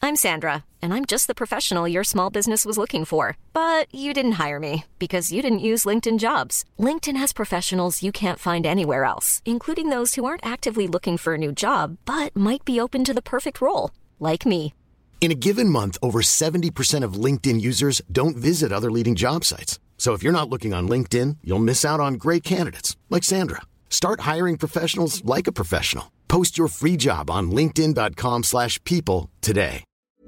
I'm Sandra, and I'm just the professional your small business was looking for. But you didn't hire me because you didn't use LinkedIn Jobs. LinkedIn has professionals you can't find anywhere else, including those who aren't actively looking for a new job, but might be open to the perfect role, like me. In a given month, over 70% of LinkedIn users don't visit other leading job sites. So if you're not looking on LinkedIn, you'll miss out on great candidates like Sandra. Start hiring professionals like a professional. Post your free job on linkedin.com/people today.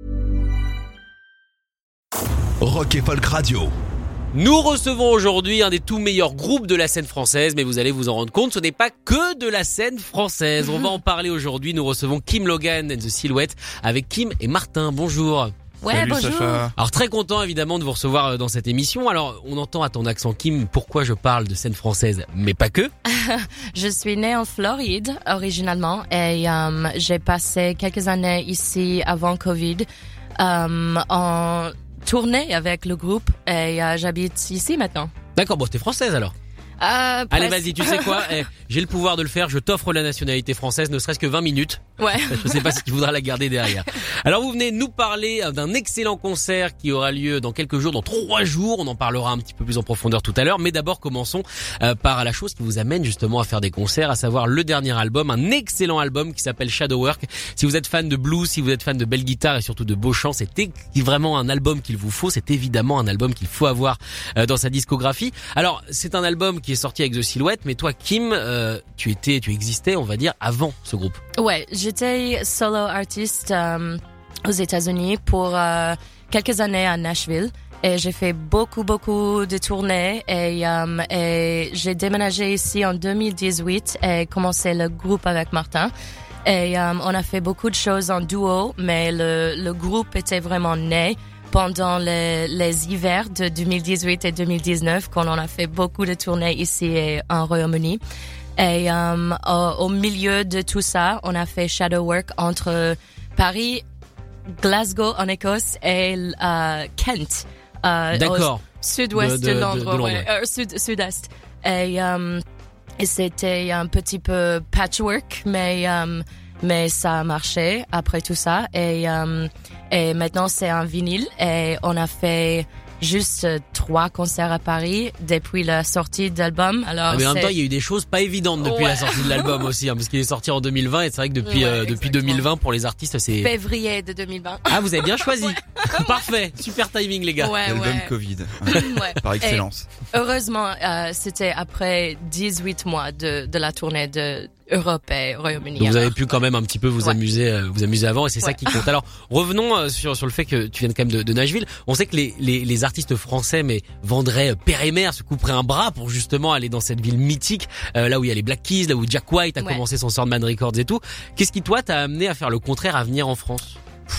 Rock et Folk Radio. Nous recevons aujourd'hui un des tout meilleurs groupes de la scène française, mais vous allez vous en rendre compte, ce n'est pas que de la scène française. On va en parler aujourd'hui. Nous recevons Kim Logan and the Silhouettes avec Kim et Martin. Bonjour. Ouais, Salut, bonjour. Sacha. Alors très content évidemment de vous recevoir dans cette émission. Alors on entend à ton accent Kim pourquoi je parle de scène française, mais pas que. Je suis née en Floride originalement et j'ai passé quelques années ici avant Covid en tournée avec le groupe et j'habite ici maintenant. D'accord, bon t'es française alors. Allez vas-y, tu sais quoi, j'ai le pouvoir de le faire, je t'offre la nationalité française, ne serait-ce que 20 minutes. Ouais. Je sais pas si tu voudras la garder derrière. Alors vous venez nous parler d'un excellent concert qui aura lieu dans quelques jours, dans 3 jours. On en parlera un petit peu plus en profondeur tout à l'heure. Mais d'abord commençons par la chose qui vous amène justement à faire des concerts, à savoir le dernier album, un excellent album qui s'appelle Shadowwork. Si vous êtes fan de blues, si vous êtes fan de belle guitare et surtout de beau chant, c'est vraiment un album qu'il vous faut. C'est évidemment un album qu'il faut avoir dans sa discographie. Alors c'est un album qui est sorti avec The Silhouettes, mais toi Kim, tu existais on va dire avant ce groupe. Ouais, j'étais solo artiste aux États-Unis pour quelques années à Nashville et j'ai fait beaucoup de tournées et j'ai déménagé ici en 2018 et commencé le groupe avec Martin et on a fait beaucoup de choses en duo, mais le groupe était vraiment né pendant les hivers de 2018 et 2019 quand on a fait beaucoup de tournées ici et en Royaume-Uni. Et au milieu de tout ça, on a fait Shadowwork entre Paris, Glasgow en Écosse et Kent. D'accord. Au sud-ouest de Londres. Ouais. Sud-est. Et c'était un petit peu patchwork, mais ça a marché après tout ça. Et maintenant c'est un vinyle et on a fait juste 3 concerts à Paris depuis la sortie de l'album. Alors mais en même temps, il y a eu des choses pas évidentes depuis la sortie de l'album aussi, parce qu'il est sorti en 2020 et c'est vrai que depuis 2020 pour les artistes c'est février de 2020. Ah, vous avez bien choisi. Parfait, super timing les gars. L'album Covid. Par excellence. Et heureusement, c'était après 18 mois de la tournée de Europe et Royaume-Uni. Donc vous avez pu quand même un petit peu vous amuser avant et c'est ça qui compte. Alors revenons sur le fait que tu viennes quand même de Nashville. On sait que les artistes français mais vendraient père et mère, se couperaient un bras pour justement aller dans cette ville mythique, là où il y a les Black Keys, là où Jack White a commencé son Swordman Records et tout. Qu'est-ce qui toi t'a amené à faire le contraire, à venir en France?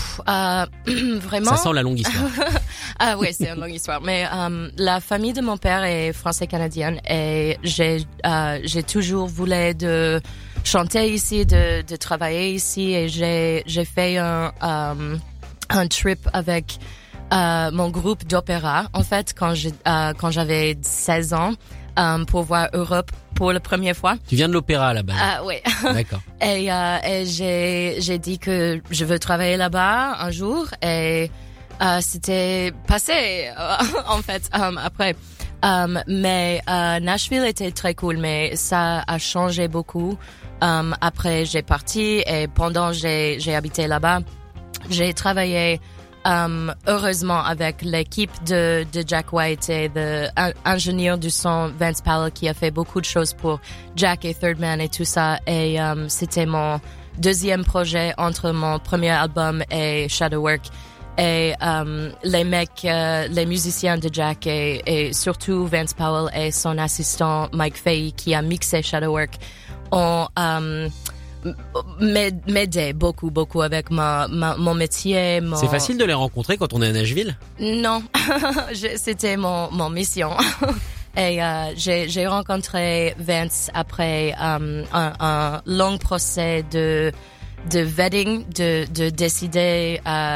Vraiment. Ça sent la longue histoire. Ah ouais, c'est une longue histoire. Mais la famille de mon père est français-canadienne et j'ai toujours voulu de chanter ici, de travailler ici et j'ai fait un trip avec mon groupe d'opéra en fait quand j'avais 16 ans pour voir Europe pour la première fois. Tu viens de l'opéra là-bas. Oui. D'accord. Et j'ai dit que je veux travailler là-bas un jour et c'était passé en fait après. Mais Nashville était très cool, mais ça a changé beaucoup. Après j'ai parti et pendant j'ai habité là-bas, j'ai travaillé heureusement avec l'équipe de Jack White et l'ingénieur du son Vince Powell qui a fait beaucoup de choses pour Jack et Third Man et tout ça et c'était mon deuxième projet entre mon premier album et Shadowwork et les mecs, les musiciens de Jack et surtout Vince Powell et son assistant Mike Fahey qui a mixé Shadowwork ont m'aider beaucoup avec mon métier. C'est facile de les rencontrer quand on est à Nashville? Non, c'était mon mission. Et j'ai rencontré Vince après un long procès de vetting, de décider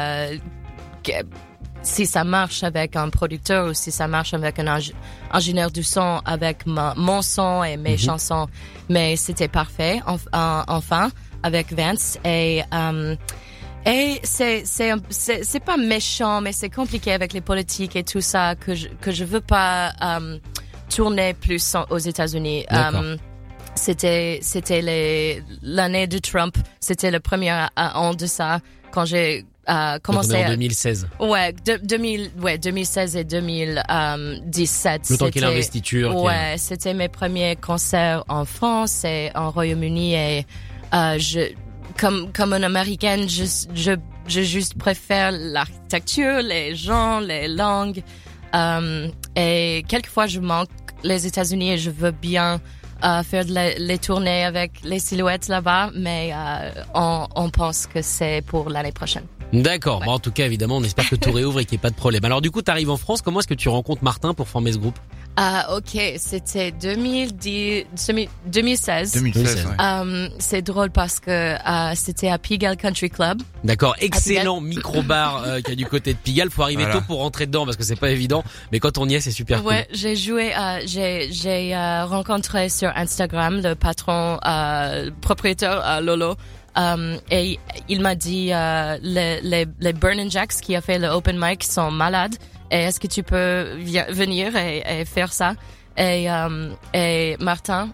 si ça marche avec un producteur ou si ça marche avec un ingénieur du son, avec mon son et mes chansons. Mais c'était parfait, enfin, avec Vince. Et Et c'est pas méchant, mais c'est compliqué avec les politiques et tout ça que je veux pas tourner plus aux États-Unis. C'était l'année de Trump. C'était le premier an de ça quand j'ai commencé. Donc on est en 2016. Ouais, 2016 et 2017. Le temps qu'il y ait l'investiture. Ouais, c'était mes premiers concerts en France et en Royaume-Uni et comme une Américaine, je juste préfère l'architecture, les gens, les langues. Et quelquefois je manque les États-Unis et je veux bien faire les tournées avec les silhouettes là-bas, mais on pense que c'est pour l'année prochaine. D'accord. Ouais. Bon, en tout cas, évidemment, on espère que tout réouvre et qu'il n'y ait pas de problème. Alors du coup, t'arrives en France. Comment est-ce que tu rencontres Martin pour former ce groupe? Ok, c'était 2016. 2016, ouais. C'est drôle parce que c'était à Pigalle Country Club. D'accord, excellent micro-bar qui est du côté de Pigalle. Faut arriver tôt pour rentrer dedans parce que c'est pas évident. Mais quand on y est, c'est super cool. Ouais, j'ai joué, j'ai rencontré sur Instagram le patron, propriétaire Lolo. Et il m'a dit les Burnin' Jacks qui a fait le open mic sont malades. Et est-ce que tu peux venir et faire ça? Et Martin,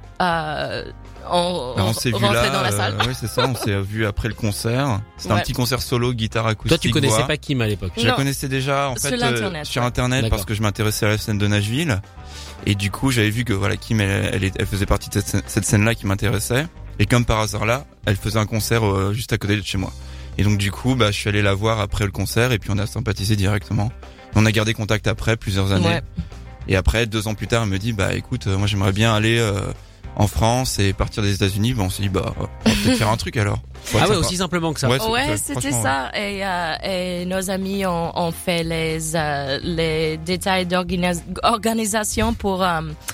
on s'est vu là, dans la salle. Oui, c'est ça, on s'est vu après le concert. C'était un petit concert solo, guitare acoustique. Toi, tu connaissais voix. pas Kim à l'époque? Je la connaissais déjà, en fait, sur Internet, parce que je m'intéressais à la scène de Nashville. Et du coup, j'avais vu que voilà, Kim, elle faisait partie de cette scène-là qui m'intéressait. Et comme par hasard là, elle faisait un concert juste à côté de chez moi. Et donc du coup, je suis allé la voir après le concert et puis on a sympathisé directement. On a gardé contact après plusieurs années. Ouais. Et après 2 ans plus tard, elle me dit écoute, moi j'aimerais bien aller en France et partir des États-Unis. On s'est dit on va peut-être faire un truc alors. Ah ouais, aussi simplement que ça. Ouais, c'était ça. Et nos amis ont fait les détails d'organisation pour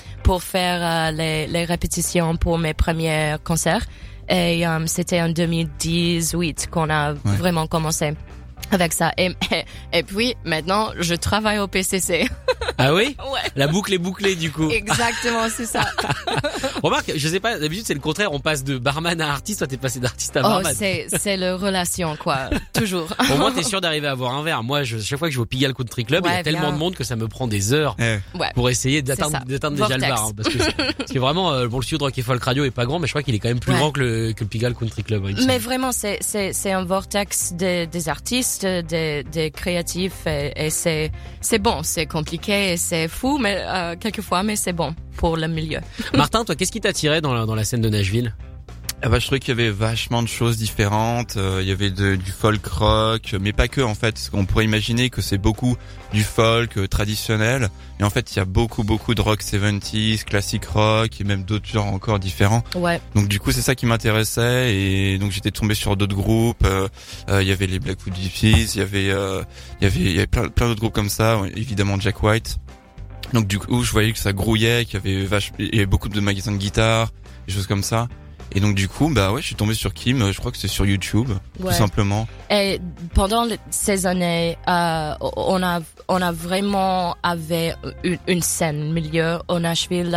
faire les répétitions pour mes premiers concerts. Et c'était en 2018 qu'on a vraiment commencé avec ça. Et puis maintenant, je travaille au PCC. Ah oui? Ouais. La boucle est bouclée du coup. Exactement, c'est ça. Remarque, je sais pas, d'habitude c'est le contraire, on passe de barman à artiste, toi t'es passé d'artiste à barman. C'est le relation quoi, toujours. Au moins t'es sûr d'arriver à avoir un verre. Moi, chaque fois que je vais au Pigalle Country Club, il y a tellement de monde que ça me prend des heures pour essayer d'atteindre déjà le bar. Hein, parce que vraiment, le studio de Rock et Folk Radio est pas grand, mais je crois qu'il est quand même plus grand que le Pigalle Country Club. Hein, mais vraiment, c'est un vortex des artistes, des créatifs et c'est bon, c'est compliqué et c'est fou, mais quelquefois, mais c'est bon pour le milieu. Martin, toi, qu'est-ce qui t'attirait dans la scène de Nashville? Je trouvais qu'il y avait vachement de choses différentes. Il y avait du folk rock, mais pas que en fait. Parce qu'on pourrait imaginer que c'est beaucoup du folk traditionnel, et en fait il y a beaucoup de rock 70s, classic rock et même d'autres genres encore différents. Ouais. Donc du coup c'est ça qui m'intéressait et donc j'étais tombé sur d'autres groupes. Il y avait les Blackwood Gypsies, il y avait plein d'autres groupes comme ça. Évidemment Jack White. Donc du coup je voyais que ça grouillait, qu'il y avait beaucoup de magasins de guitare, des choses comme ça. Et donc du coup, je suis tombé sur Kim, je crois que c'est sur YouTube, tout simplement. Et pendant ces années, on a vraiment avait une scène milieu au Nashville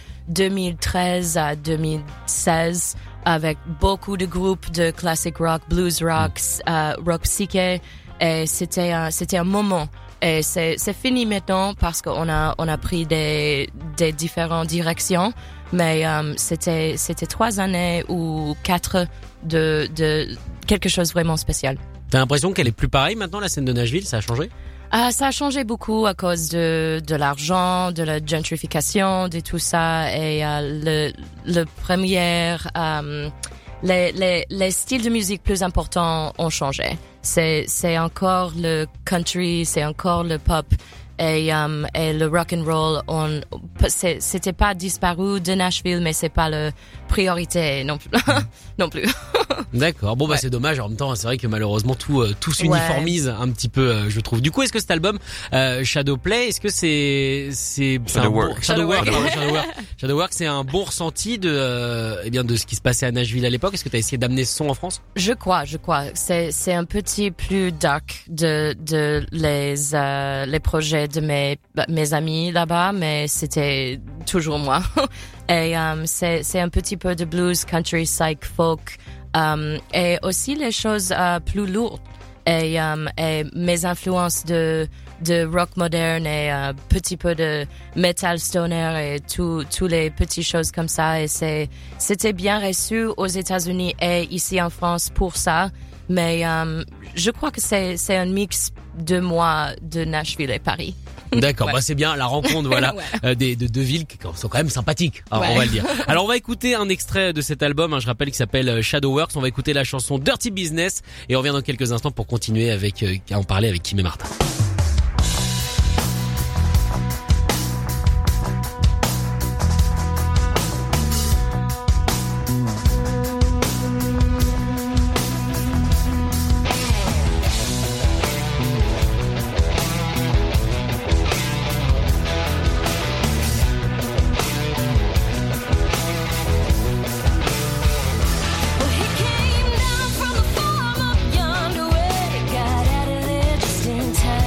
2013 à 2016 avec beaucoup de groupes de classic rock, blues rock, rock psyché, et c'était un moment. Et c'est fini maintenant parce qu'on a pris des différentes directions. Mais c'était 3 années ou 4 de quelque chose vraiment spécial. T'as l'impression qu'elle est plus pareille maintenant, la scène de Nashville? Ça a changé? Ça a changé beaucoup à cause de l'argent, de la gentrification, de tout ça, et le premier les styles de musique plus importants ont changé. C'est encore le country, c'est encore le pop. Et le rock and roll, c'était pas disparu de Nashville, mais c'est pas la priorité non plus. D'accord. Bon, c'est dommage. En même temps, c'est vrai que malheureusement tout s'uniformise un petit peu, je trouve. Du coup, est-ce que cet album Shadowplay, est-ce que c'est Shadowwork, c'est un bon ressenti de ce qui se passait à Nashville à l'époque? Est-ce que tu as essayé d'amener ce son en France? Je crois. C'est un petit plus dark de les projets de mes amis là-bas, mais c'était toujours moi. Et c'est un petit peu de blues, country, psych, folk, et aussi les choses plus lourdes. et mes influences de rock moderne et petit peu de metal stoner et tous les petites choses comme ça, et c'était bien reçu aux États-Unis et ici en France pour ça, mais je crois que c'est un mix de moi, de Nashville et Paris. D'accord, Ouais. Bah c'est bien la rencontre, voilà, Ouais. des deux villes qui sont quand même sympathiques, Ouais. on va le dire. Alors on va écouter un extrait de cet album, je rappelle, qui s'appelle Shadowworks. On va écouter la chanson Dirty Business et on revient dans quelques instants pour continuer à en parler avec Kim et Martin. He came down from the farm up yonder way, got out of there just in time.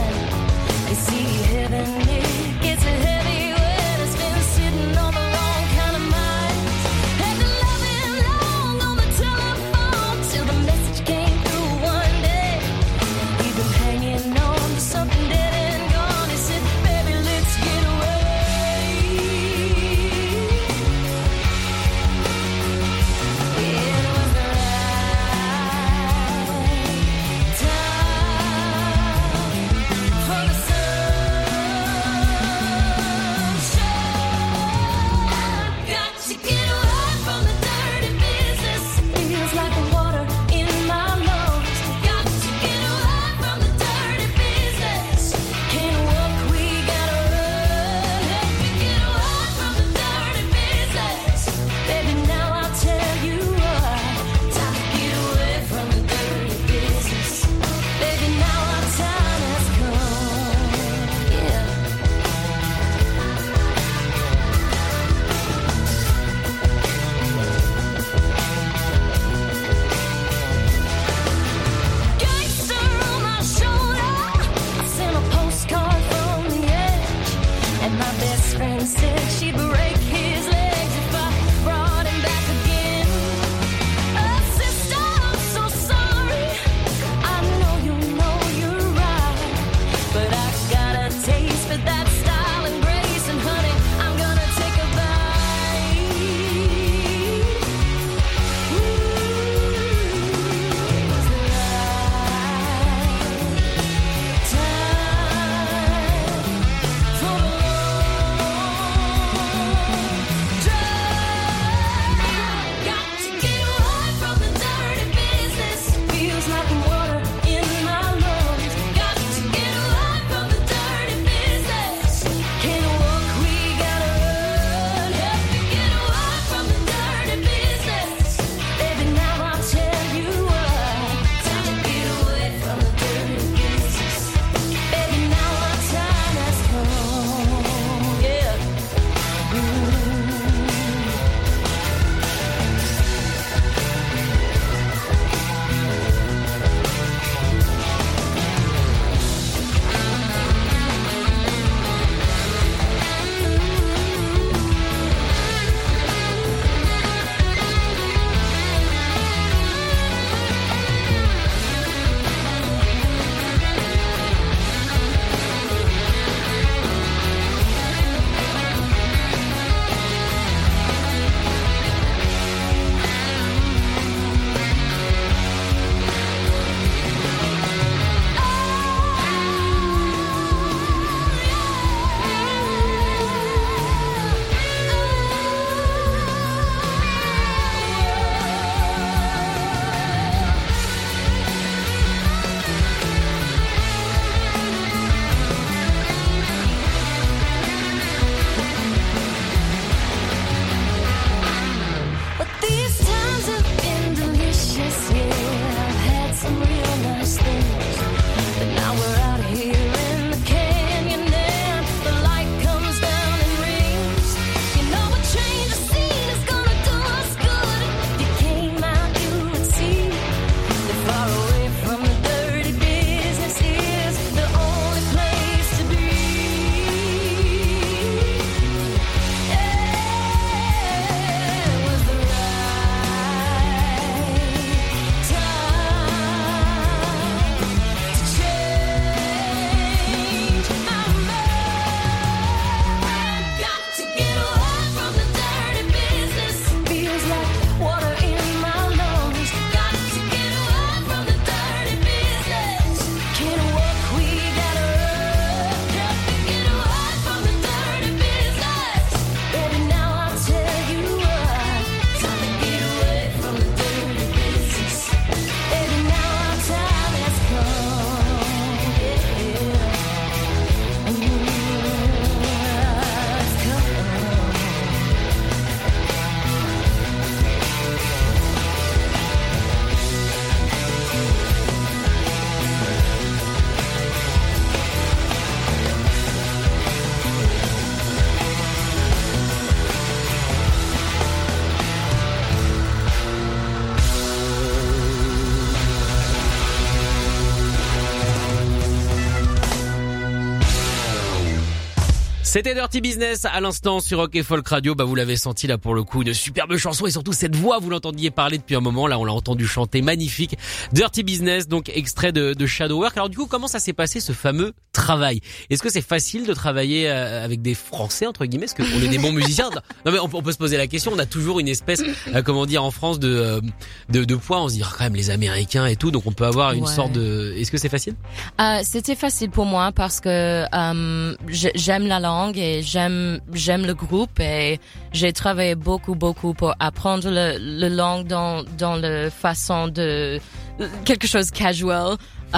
C'était Dirty Business à l'instant sur Rock et Folk Radio. Vous l'avez senti là pour le coup, une superbe chanson et surtout cette voix, vous l'entendiez parler depuis un moment. Là, on l'a entendu chanter, magnifique. Dirty Business, donc extrait de Shadow Work. Alors du coup, comment ça s'est passé ce fameux travail? Est-ce que c'est facile de travailler avec des Français entre guillemets? Est-ce qu'on est des bons musiciens? Non mais on peut se poser la question. On a toujours une espèce, comment dire, en France de poids. On se dit quand même les Américains et tout, donc on peut avoir une sorte de. Est-ce que c'est facile? C'était facile pour moi parce que j'aime la langue et j'aime le groupe et j'ai travaillé beaucoup pour apprendre le langue dans le façon de quelque chose casual.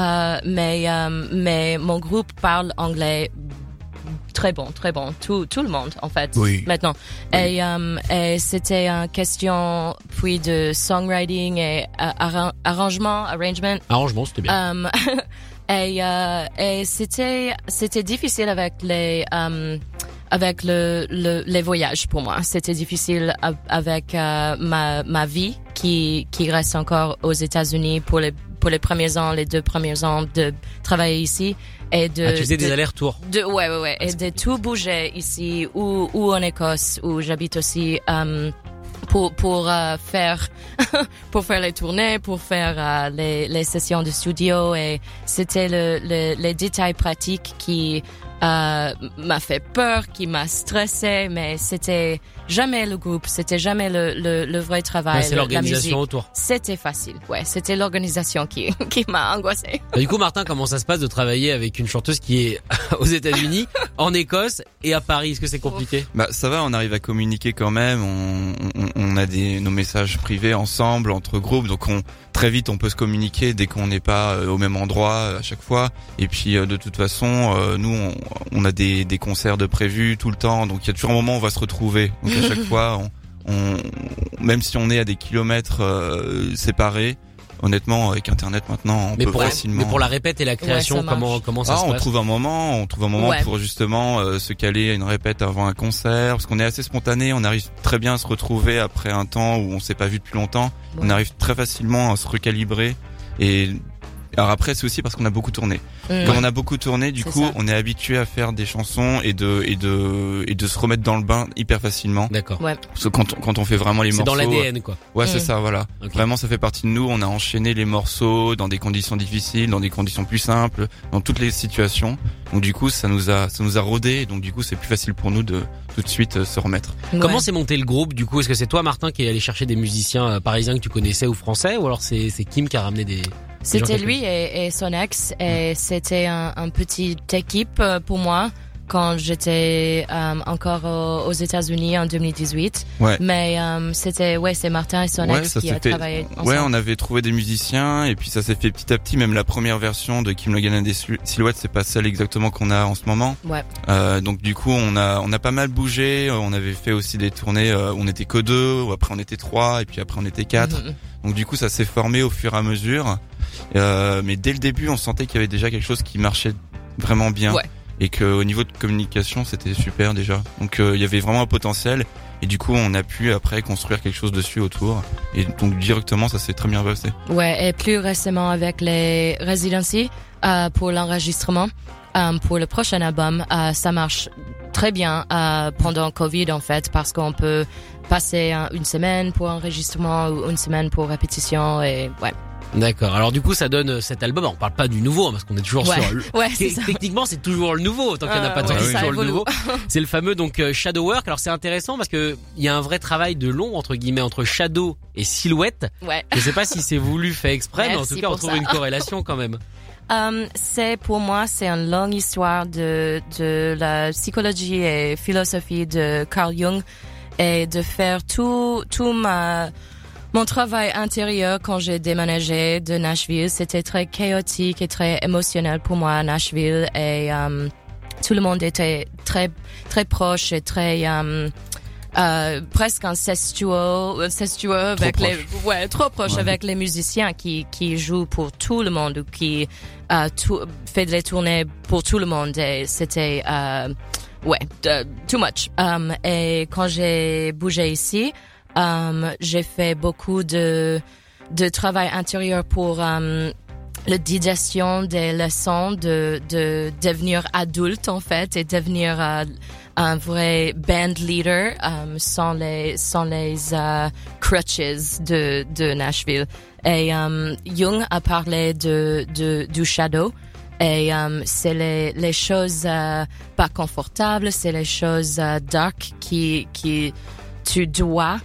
Mais mon groupe parle anglais très bon. Tout le monde, en fait. Oui. Maintenant. Oui. Et c'était une question, puis de songwriting et arrangement, c'était bien. Et c'était difficile avec les voyages pour moi. C'était difficile avec ma vie qui reste encore aux États-Unis pour les premiers ans, les 2 premiers ans de travailler ici et tu faisais des allers-retours. Ouais. Et de tout bouger ici ou en Écosse où j'habite aussi. Pour faire les tournées, pour faire les sessions de studio et c'était les détails pratiques qui m'a fait peur, qui m'a stressé, mais c'était jamais le groupe, c'était jamais le vrai travail. C'est l'organisation autour. C'était facile, c'était l'organisation qui m'a angoissée. Du coup, Martin, comment ça se passe de travailler avec une chanteuse qui est aux États-Unis, en Écosse et à Paris? Est-ce que c'est compliqué? Ça va, on arrive à communiquer quand même. On a nos messages privés ensemble entre groupes, donc très vite on peut se communiquer dès qu'on n'est pas au même endroit à chaque fois. Et puis de toute façon, nous on a des concerts de prévus tout le temps, donc il y a toujours un moment où on va se retrouver. Donc à chaque fois, même si on est à des kilomètres séparés, honnêtement avec Internet maintenant, on peut facilement. Mais pour la répète et la création, comment ça se passe? On trouve un moment pour justement se caler à une répète avant un concert, parce qu'on est assez spontané, on arrive très bien à se retrouver après un temps où on s'est pas vu depuis longtemps. Ouais. On arrive très facilement à se recalibrer et alors après c'est aussi parce qu'on a beaucoup tourné. Comme on a beaucoup tourné, du coup, on est habitué à faire des chansons et de se remettre dans le bain hyper facilement. D'accord. Ouais. Parce que quand on fait vraiment les morceaux, c'est dans l'ADN quoi. Ouais, c'est ça, voilà. Okay. Vraiment, ça fait partie de nous. On a enchaîné les morceaux dans des conditions difficiles, dans des conditions plus simples, dans toutes les situations. Donc du coup, ça nous a rodé. Et donc du coup, c'est plus facile pour nous de tout de suite se remettre. Ouais. Comment s'est monté le groupe du coup? Est-ce que c'est toi, Martin, qui est allé chercher des musiciens parisiens que tu connaissais ou français, ou alors c'est Kim qui a ramené des... C'était lui et son ex et c'était un petite équipe pour moi quand j'étais encore aux États-Unis en 2018. Ouais. Mais c'est Martin et son ex qui a travaillé ensemble. Ouais, on avait trouvé des musiciens et puis ça s'est fait petit à petit. Même la première version de Kim Logan and des Silhouettes, c'est pas celle exactement qu'on a en ce moment. Ouais. Donc du coup, on a pas mal bougé. On avait fait aussi des tournées où on était que 2, ou après on était 3 et puis après on était 4. Donc du coup, ça s'est formé au fur et à mesure. Mais dès le début, on sentait qu'il y avait déjà quelque chose qui marchait vraiment bien. Ouais. Et qu'au niveau de communication, c'était super déjà. Donc il y avait vraiment un potentiel. Et du coup, on a pu après construire quelque chose dessus autour. Et donc directement, ça s'est très bien passé. Ouais, et plus récemment avec les residencies pour l'enregistrement, pour le prochain album, ça marche très bien pendant Covid en fait, parce qu'on peut passer une semaine pour enregistrement ou une semaine pour répétition et ouais. D'accord. Alors du coup, ça donne cet album. On parle pas du nouveau parce qu'on est toujours sur. Techniquement, c'est toujours le nouveau. Tant qu'il n'y en a pas, c'est toujours le nouveau. C'est le fameux donc Shadow Work. Alors c'est intéressant parce que il y a un vrai travail de l'ombre entre guillemets entre Shadow et Silhouette. Ouais. Je sais pas si c'est voulu, fait exprès, mais en tout cas, on trouve une corrélation quand même. Pour moi, c'est une longue histoire de la psychologie et philosophie de Carl Jung et de faire tout mon travail intérieur quand j'ai déménagé de Nashville. C'était très chaotique et très émotionnel pour moi à Nashville et tout le monde était très très proche et très presque incestueux avec trop proche avec les musiciens qui jouent pour tout le monde ou qui fait des tournées pour tout le monde et c'était too much. Et quand j'ai bougé ici, j'ai fait beaucoup de travail intérieur pour la digestion des leçons de devenir adulte en fait et devenir un vrai band leader, sans les crutches de Nashville. Et Jung a parlé du shadow. Et c'est les choses pas confortables, c'est les choses dark qui tu dois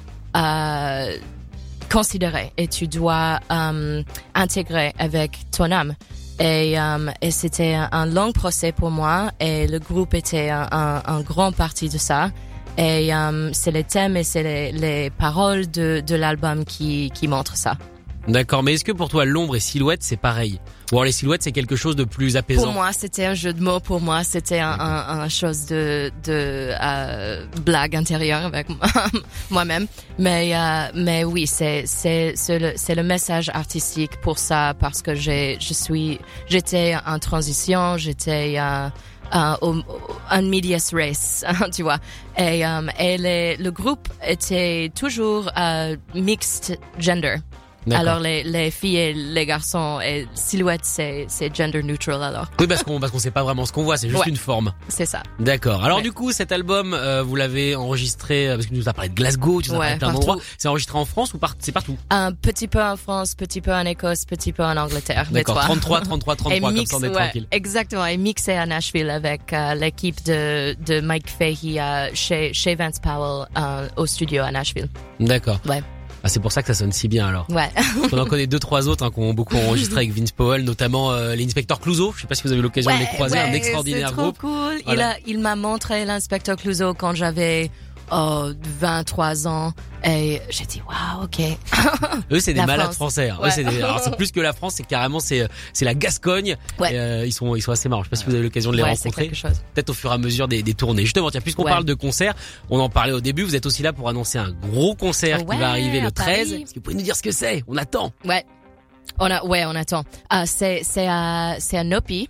considérer et tu dois intégrer avec ton âme. Et c'était un long procès pour moi et le groupe était un grand partie de ça. Et c'est les thèmes et c'est les paroles de l'album qui montrent ça. D'accord, mais est-ce que pour toi l'ombre et silhouette c'est pareil? Ou alors les silhouettes c'est quelque chose de plus apaisant? Pour moi c'était un jeu de mots, pour moi c'était un chose de blague intérieure avec moi-même. Mais oui, c'est le message artistique pour ça parce que j'étais en transition, j'étais un medias race, tu vois. Et le groupe était toujours mixed gender. D'accord. Alors les filles et les garçons et silhouette c'est gender neutral alors. Oui parce qu'on sait pas vraiment ce qu'on voit, c'est juste une forme. C'est ça. D'accord. Alors du coup cet album vous l'avez enregistré parce que tu nous as parlé de Glasgow, tu nous as parlé de plein d'endroits. C'est enregistré en France ou c'est partout? Un petit peu en France, petit peu en Écosse, petit peu en Angleterre. D'accord. 33 et comme ça on est tranquille. Exactement. Et mixé à Nashville avec l'équipe de Mike Fahey chez Vance Powell au studio à Nashville. D'accord. Ouais. Ah, c'est pour ça que ça sonne si bien alors. Ouais. On en connaît 2-3 autres qui ont beaucoup enregistré avec Vince Powell, notamment l'Inspecteur Clouseau. Je sais pas si vous avez eu l'occasion de les croiser, un extraordinaire groupe. C'est trop cool. Voilà. Il m'a montré l'Inspecteur Clouseau quand j'avais 23 ans et j'ai dit waouh, ok. Eux c'est des malades français. Eux alors c'est plus que la France, c'est carrément c'est la Gascogne. Ouais. Et, ils sont assez marrants. Je sais pas si vous avez l'occasion de les rencontrer. Peut-être au fur et à mesure des tournées. Justement, tiens, puisqu'on parle de concerts, on en parlait au début, vous êtes aussi là pour annoncer un gros concert qui va arriver le 13. Est-ce que vous pouvez nous dire ce que c'est? On attend. Ouais. On attend. C'est à Nopi.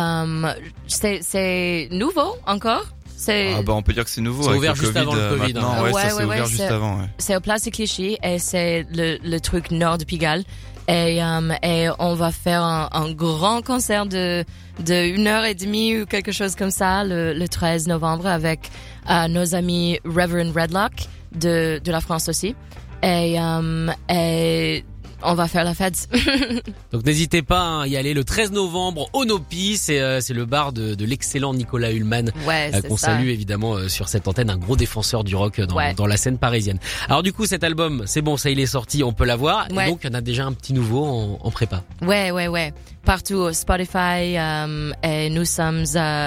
C'est nouveau encore. On peut dire que c'est nouveau. C'est ouvert juste avant le Covid. C'est ouvert juste avant. Ouais. C'est au Place de Clichy et c'est le truc nord de Pigalle. Et on va faire un grand concert de 1h30 ou quelque chose comme ça le 13 novembre avec nos amis Reverend Redlock de la France aussi. Et on va faire la fête. Donc n'hésitez pas à y aller le 13 novembre au Nopi, c'est le bar de l'excellent Nicolas Ullmann qu'on salue évidemment sur cette antenne, un gros défenseur du rock dans la scène parisienne. Alors du coup cet album, c'est bon, ça il est sorti, on peut l'avoir. Et donc il y en a déjà un petit nouveau en prépa. Ouais. Partout Spotify et nous sommes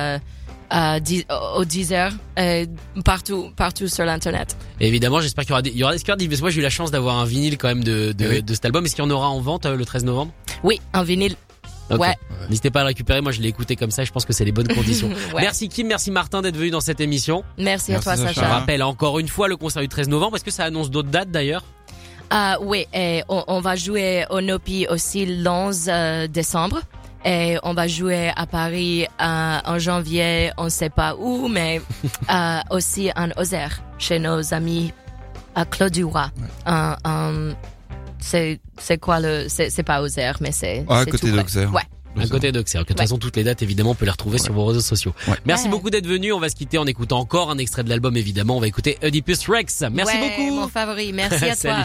au Deezer, partout sur l'internet. Et évidemment, j'espère qu'il y aura des parce que moi j'ai eu la chance d'avoir un vinyle quand même de cet album. Est-ce qu'il y en aura en vente le 13 novembre? Oui, un vinyle. Okay. Ouais. N'hésitez pas à le récupérer, moi je l'ai écouté comme ça, je pense que c'est les bonnes conditions. Merci Kim, merci Martin d'être venu dans cette émission. Merci à toi Sacha. Je rappelle encore une fois le concert du 13 novembre, est-ce que ça annonce d'autres dates d'ailleurs? Oui, et on va jouer au Nopi aussi le 11 décembre. Et on va jouer à Paris en janvier, on sait pas où, mais aussi en Auxerre, chez nos amis à Claude Duroy. C'est quoi c'est pas Auxerre, mais c'est à côté d'Auxerre. Ouais. À côté d'Auxerre. De toute façon, toutes les dates, évidemment, on peut les retrouver sur vos réseaux sociaux. Ouais. Merci beaucoup d'être venu. On va se quitter en écoutant encore un extrait de l'album, évidemment. On va écouter Oedipus Rex. Merci beaucoup. Mon favori. Merci à toi.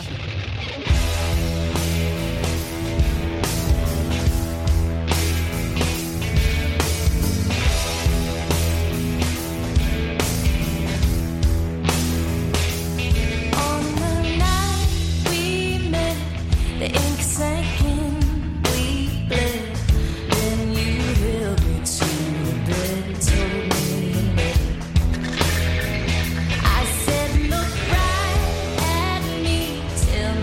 Tell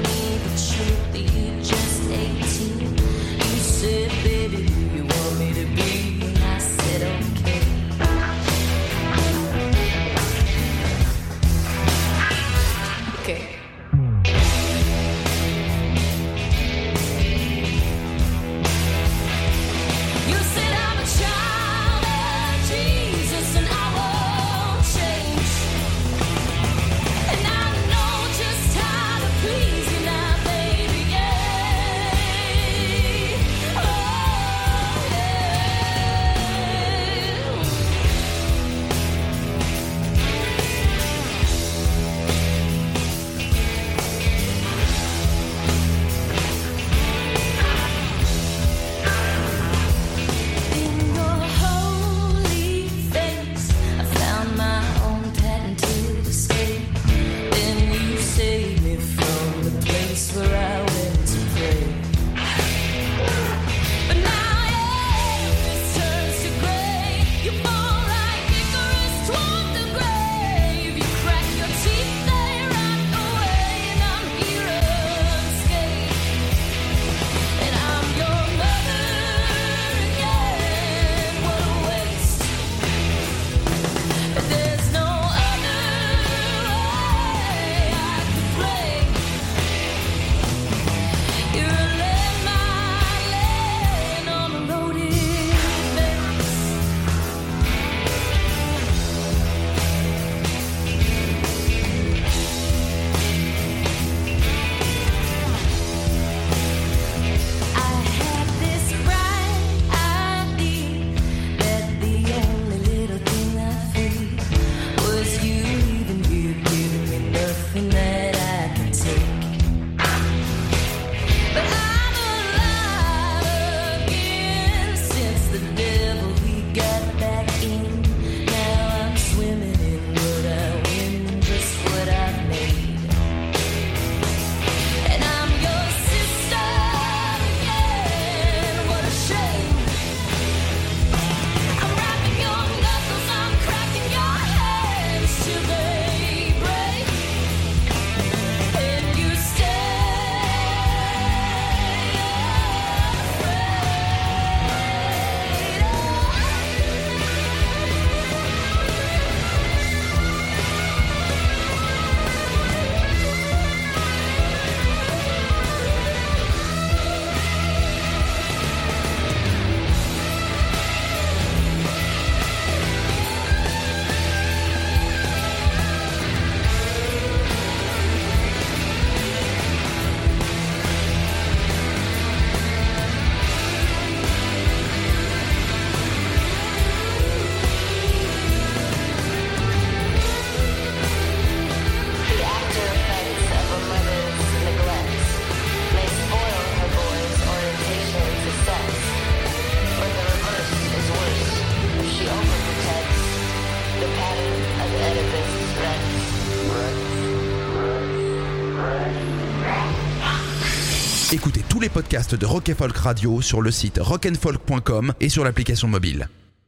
Écoutez tous les podcasts de Rock & Folk Radio sur le site rockandfolk.com et sur l'application mobile.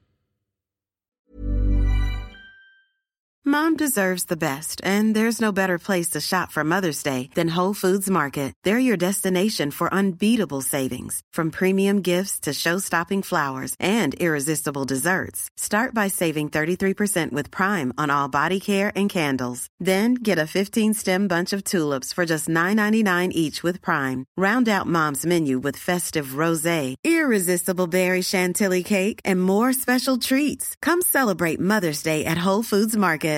Mom deserves the best, and there's no better place to shop for Mother's Day than Whole Foods Market. They're your destination for unbeatable savings, from premium gifts to show-stopping flowers and irresistible desserts. Start by saving 33% with Prime on all body care and candles. Then get a 15-stem bunch of tulips for just $9.99 each with Prime. Round out Mom's menu with festive rosé, irresistible berry chantilly cake, and more special treats. Come celebrate Mother's Day at Whole Foods Market.